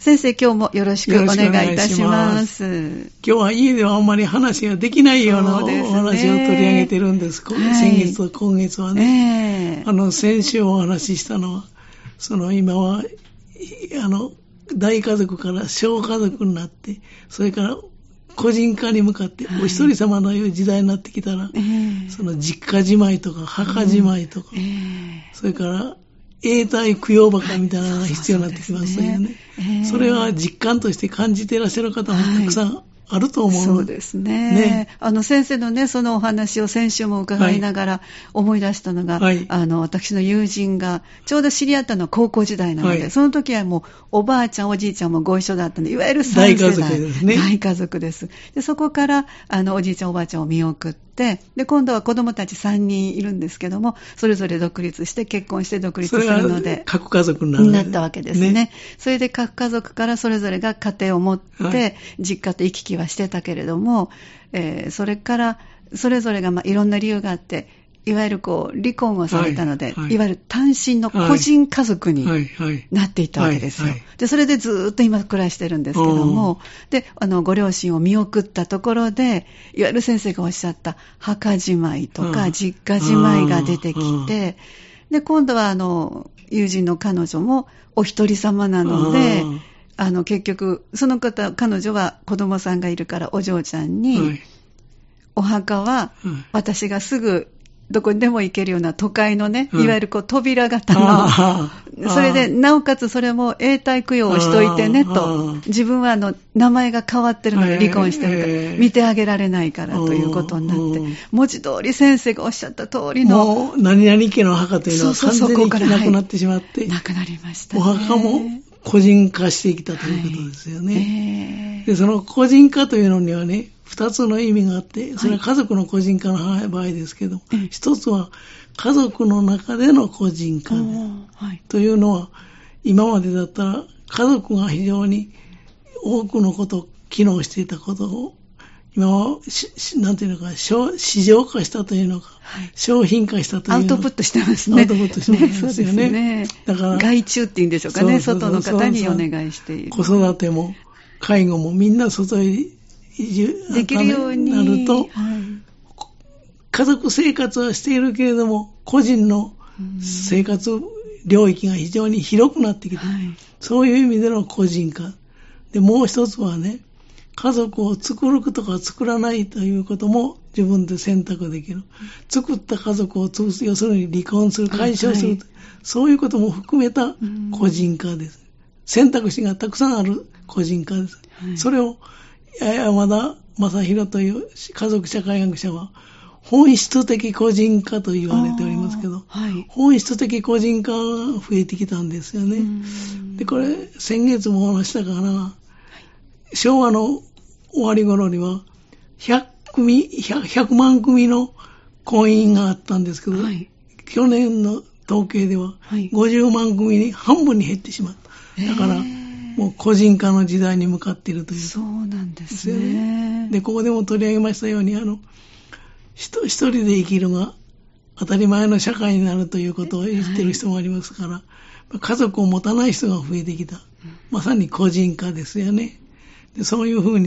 先生、今日もよろしくお願いいたします。 今日は家ではあんまり話ができないようなお話を取り上げてるんです。先月と今月はね。先週お話ししたのは、今は、大家族から小家族になって、それから個人化に向かって、お一人様のいう時代になってきたら、実家じまいとか墓じまいとか、それから永代供養墓みたいなのが必要になってきますよね。それは実感として感じていらっしゃる方もたくさんあると思う。 そうですね。先生のね、そのお話を先週も伺いながら思い出したのが、私の友人が、ちょうど知り合ったのは高校時代なので、その時はもうおばあちゃん、おじいちゃんもご一緒だったので、いわゆる3世代。大家族ですね。大家族です。で、そこから、おじいちゃん、おばあちゃんを見送って、で、今度は子供たち3人いるんですけども、それぞれ独立して、結婚して独立するので、 各家族になったわけですね。それで各家族からそれぞれが家庭を持って、実家と行き来はしてたけれども、それからそれぞれがいろんな理由があって、いわゆる離婚をされたので、いわゆる単身の個人家族になっていったわけですよ。で、それでずっと今暮らしてるんですけども、で、ご両親を見送ったところで、いわゆる先生がおっしゃった墓じまいとか実家じまいが出てきて、で、今度は友人の彼女もお一人様なので、結局、その方、彼女は子供さんがいるからお嬢ちゃんに、お墓は私がすぐどこにでも行けるような都会のね、いわゆる扉型の、それで、なおかつそれも永代供養をしといてねと、自分は名前が変わってるので離婚してるから、見てあげられないからということになって、文字通り先生がおっしゃった通りの。 もう、何々家の墓というのは完全になくなってしまって、 なくなりましたね。 お墓も個人化してきたということですよね。で、その個人化というのにはね、二つの意味があって、それは家族の個人化の場合ですけど、一つは家族の中での個人化というのは、今までだったら家族が非常に多くのことを機能していたことを、今は、なんていうのか、市場化したというのか、商品化したというのか。 アウトプットしてますね。 アウトプットしてますよね。 だから、外注っていうんでしょうかね、外の方にお願いしている。 子育ても介護もみんな外へ移住できるようになると、家族生活はしているけれども、個人の生活領域が非常に広くなってきて、そういう意味での個人化。で、もう一つはね、家族を作るとか作らないということも自分で選択できる。作った家族を潰す、要するに離婚する、解消する、そういうことも含めた個人化です。選択肢がたくさんある個人化です。それを山田正宏という家族社会学者は本質的個人化と言われておりますけど、本質的個人化が増えてきたんですよね。で、これ先月もお話したかな、昭和の終わり頃には100万組の婚姻があったんですけど、去年の統計では50万組に半分に減ってしまった。だからもう個人化の時代に向かっているという。 そうなんですね。 で、ここでも取り上げましたように、一人で生きるが当たり前の社会になるということを言ってる人もありますから、家族を持たない人が増えてきた。まさに個人化ですよね。で、そういうふうに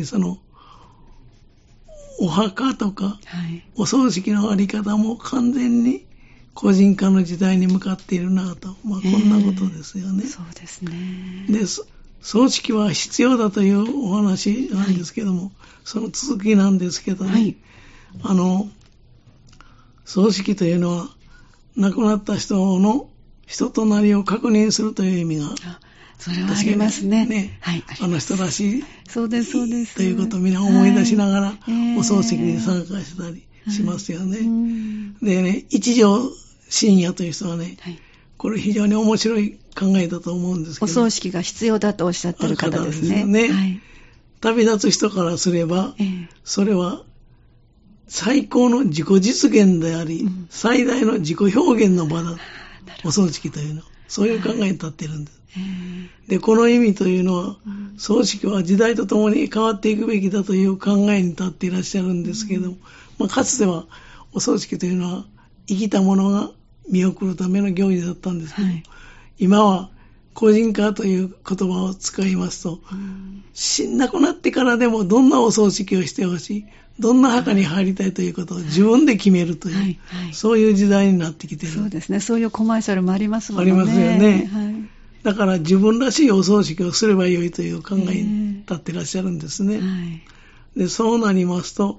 お墓とか、お葬式のあり方も完全に個人化の時代に向かっているなと、こんなことですよね。 そうですね。 で、葬式は必要だというお話なんですけども、その続きなんですけどね、葬式というのは亡くなった人の人となりを確認するという意味が、 それはありますね。 あの人らしい。 そうです、そうです。 ということをみんな思い出しながら、お葬式に参加したりしますよね。でね、一条信也という人はね、これ非常に面白い考えだと思うんですけど。 お葬式が必要だとおっしゃってる方ですね。 旅立つ人からすれば、それは最高の自己実現であり、最大の自己表現の場だ。お葬式というのは。そういう考えに立っているんです。で、この意味というのは、葬式は時代とともに変わっていくべきだという考えに立っていらっしゃるんですけども、かつてはお葬式というのは生きた者が見送るための行事だったんですけど、今は個人化という言葉を使いますと、亡くなってからでもどんなお葬式をしてほしい、どんな墓に入りたいということを自分で決めるという、はいはい、そういう時代になってきている。 そうですね。そういうコマーシャルもありますもんね。 ありますよね。はい、だから自分らしいお葬式をすればよいという考えに立っていらっしゃるんですね。で、そうなりますと、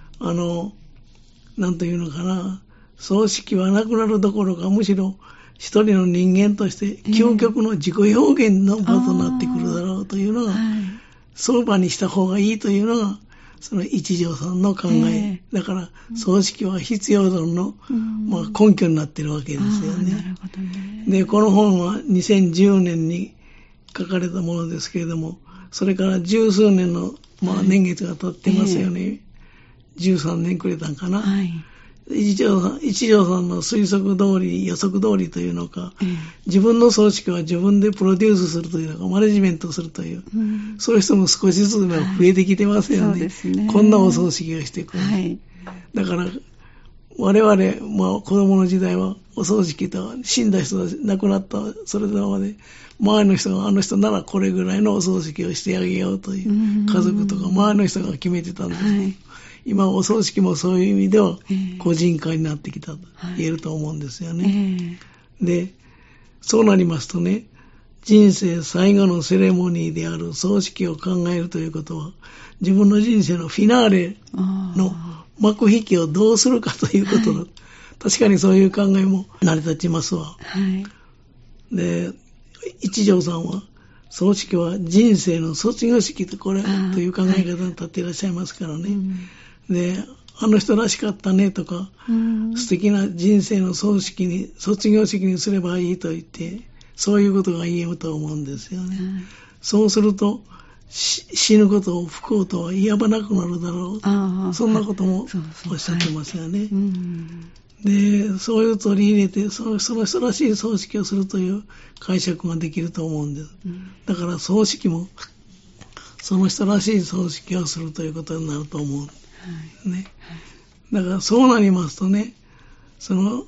なんというのかな、葬式はなくなるどころか、むしろ一人の人間として究極の自己表現の場となってくるだろうというのが、そういう場にした方がいいというのが、その一条さんの考え。だから、葬式は必要論の、根拠になっているわけですよね。なるほどね。で、この本は2010年に書かれたものですけれども、それから十数年の、年月が経ってますよね。13年くれたんかな。一条さんの推測通り、予測通りというのか、自分の葬式は自分でプロデュースするというのか、マネジメントするという、そういう人も少しずつ増えてきてますよね。そうですね。こんなお葬式をしてくる。だから、我々、子供の時代はお葬式と死んだ人が亡くなった、それまで、周りの人があの人ならこれぐらいのお葬式をしてあげようという家族とか周りの人が決めてたんです。今お葬式もそういう意味では個人化になってきたと言えると思うんですよね。で、そうなりますとね、人生最後のセレモニーである葬式を考えるということは、自分の人生のフィナーレの幕引きをどうするかということだ。確かにそういう考えも成り立ちますわ。で、一条さんは葬式は人生の卒業式とという考え方に立っていらっしゃいますからね。で、あの人らしかったねとか、素敵な人生の卒業式にすればいいと言って、そういうことが言えると思うんですよね。そうすると、死ぬことを不幸とは言わなくなるだろう。そんなこともおっしゃってますよね。で、そういう取り入れて、その人らしい葬式をするという解釈ができると思うんです。だから葬式も、その人らしい葬式をするということになると思うんです。だからそうなりますとね、も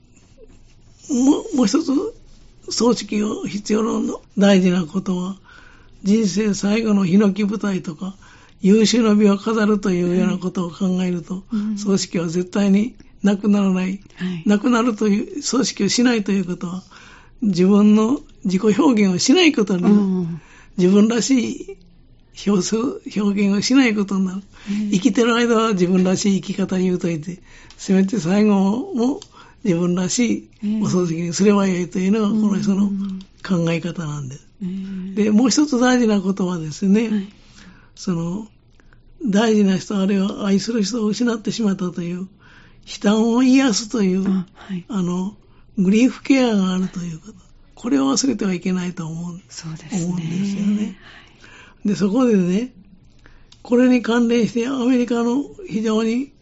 う一つ葬式を必要な大事なことは、人生最後のヒノキ舞台とか、優秀な美を飾るというようなことを考えると、葬式は絶対になくならない。なくなるという葬式をしないということは、自分の自己表現をしないことになる。自分らしい表現をしないことになる。生きてる間は自分らしい生き方を言うといて、せめて最後も自分らしいお葬式にすればよいというのがこの人の考え方なんです。で、もう一つ大事なことはですね、大事な人あるいは愛する人を失ってしまったという悲嘆を癒すという、グリーフケアがあるということ。これを忘れてはいけないと思うんですよね。で、そこでね、これに関連してアメリカの非常に、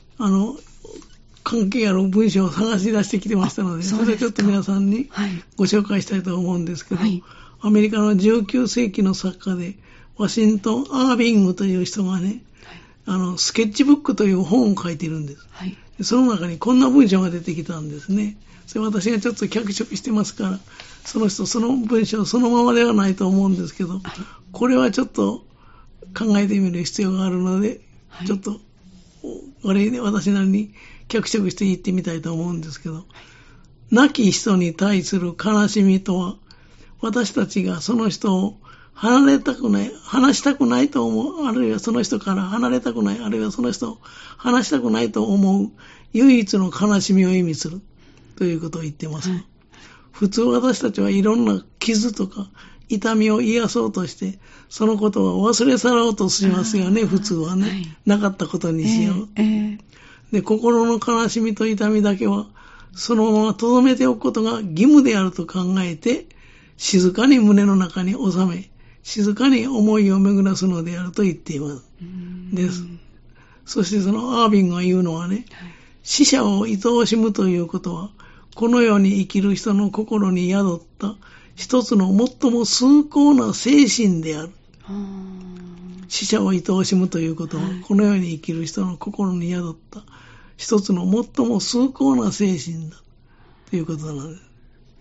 関係ある文章を探し出してきてましたので、それをちょっと皆さんにご紹介したいと思うんですけど、アメリカの19世紀の作家で、ワシントン・アービングという人がね、スケッチブックという本を書いているんです。その中にこんな文章が出てきたんですね。それ私がちょっと脚色してますから、その人、その文章そのままではないと思うんですけど、これはちょっと考えてみる必要があるので、ちょっと私なりに脚色して言ってみたいと思うんですけど、亡き人に対する悲しみとは、私たちがその人を離したくないと思う、あるいはその人から離れたくない、あるいはその人を離したくないと思う唯一の悲しみを意味するということを言ってます。普通私たちはいろんな傷とか痛みを癒そうとして、そのことを忘れ去ろうとしますよね、普通はね。なかったことにしよう。で、心の悲しみと痛みだけは、そのまま留めておくことが義務であると考えて、静かに胸の中に収め、静かに思いを巡らすのであると言っています。そしてそのアービングが言うのはね、死者を愛おしむということは、この世に生きる人の心に宿った一つの最も崇高な精神である。死者を愛おしむということは、この世に生きる人の心に宿った一つの最も崇高な精神だということなんです。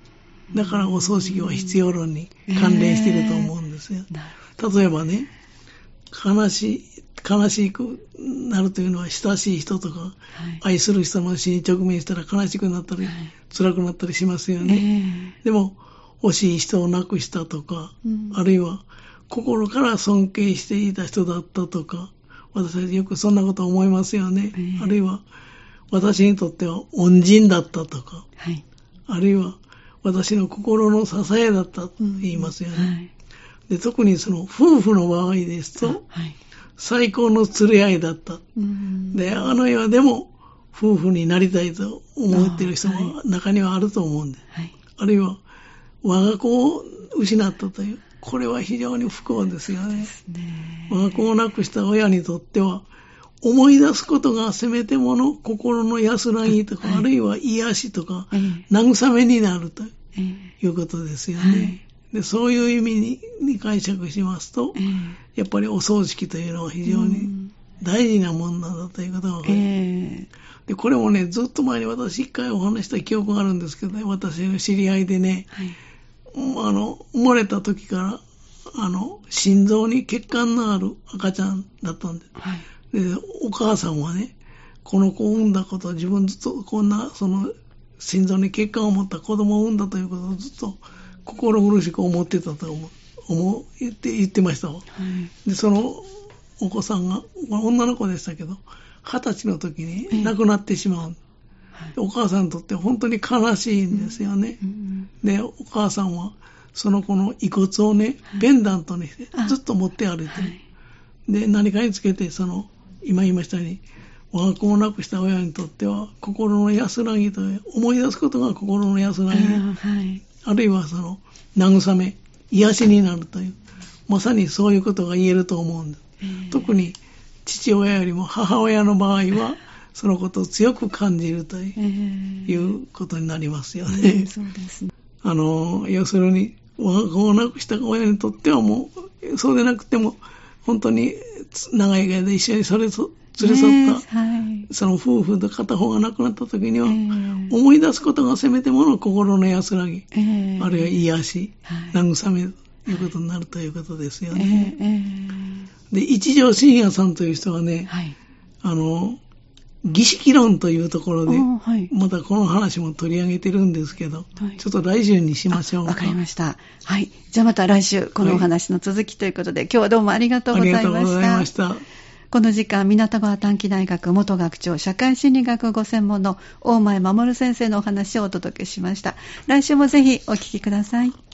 だからお葬式は必要論に関連していると思うんですよ。例えばね、悲しくなるというのは親しい人とか、愛する人の死に直面したら悲しくなったり、辛くなったりしますよね。でも、惜しい人を亡くしたとか、あるいは心から尊敬していた人だったとか、私たちよくそんなこと思いますよね。あるいは、私にとっては恩人だったとか、あるいは私の心の支えだったと言いますよね。で、特にその夫婦の場合ですと、最高の連れ合いだった。で、あの世でも夫婦になりたいと思っている人も中にはあると思うんです。あるいは、我が子を失ったという、これは非常に不幸ですよね。我が子を亡くした親にとっては、思い出すことがせめてもの心の安らぎとか、あるいは癒しとか、慰めになるということですよね。で、そういう意味に解釈しますと、やっぱりお葬式というのは非常に大事なものなんだということが分かります。で、これもね、ずっと前に私一回お話した記憶があるんですけどね、私の知り合いでね、生まれた時から、心臓に血管のある赤ちゃんだったんです。で、お母さんはね、この子を産んだこと、自分ずっとこんな、心臓に血管を持った子供を産んだということをずっと心苦しく思ってたと言ってましたわ。で、そのお子さんが、女の子でしたけど、20歳の時に亡くなってしまう。お母さんにとって本当に悲しいんですよね。で、お母さんはその子の遺骨をね、ペンダントにしてずっと持って歩いてる。で、何かにつけて、今言いましたように、我が子を亡くした親にとっては、心の安らぎという、思い出すことが心の安らぎ、あるいは慰め、癒しになるという、まさにそういうことが言えると思うんです。特に父親よりも母親の場合は、そのことを強く感じるということになりますよね。 そうですね。 要するに、我が子を亡くした親にとってはもう、そうでなくても、本当に長い間一緒に連れ添った、その夫婦と片方が亡くなった時には、思い出すことがせめてもの心の安らぎ、あるいは癒し、慰めということになるということですよね。で、一条信也さんという人はね、儀式論というところで、またこの話も取り上げてるんですけど、ちょっと来週にしましょうか。 わかりました。はい。じゃあまた来週、このお話の続きということで、今日はどうもありがとうございました。ありがとうございました。この時間、港川短期大学元学長、社会心理学ご専門の大前守先生のお話をお届けしました。来週もぜひお聞きください。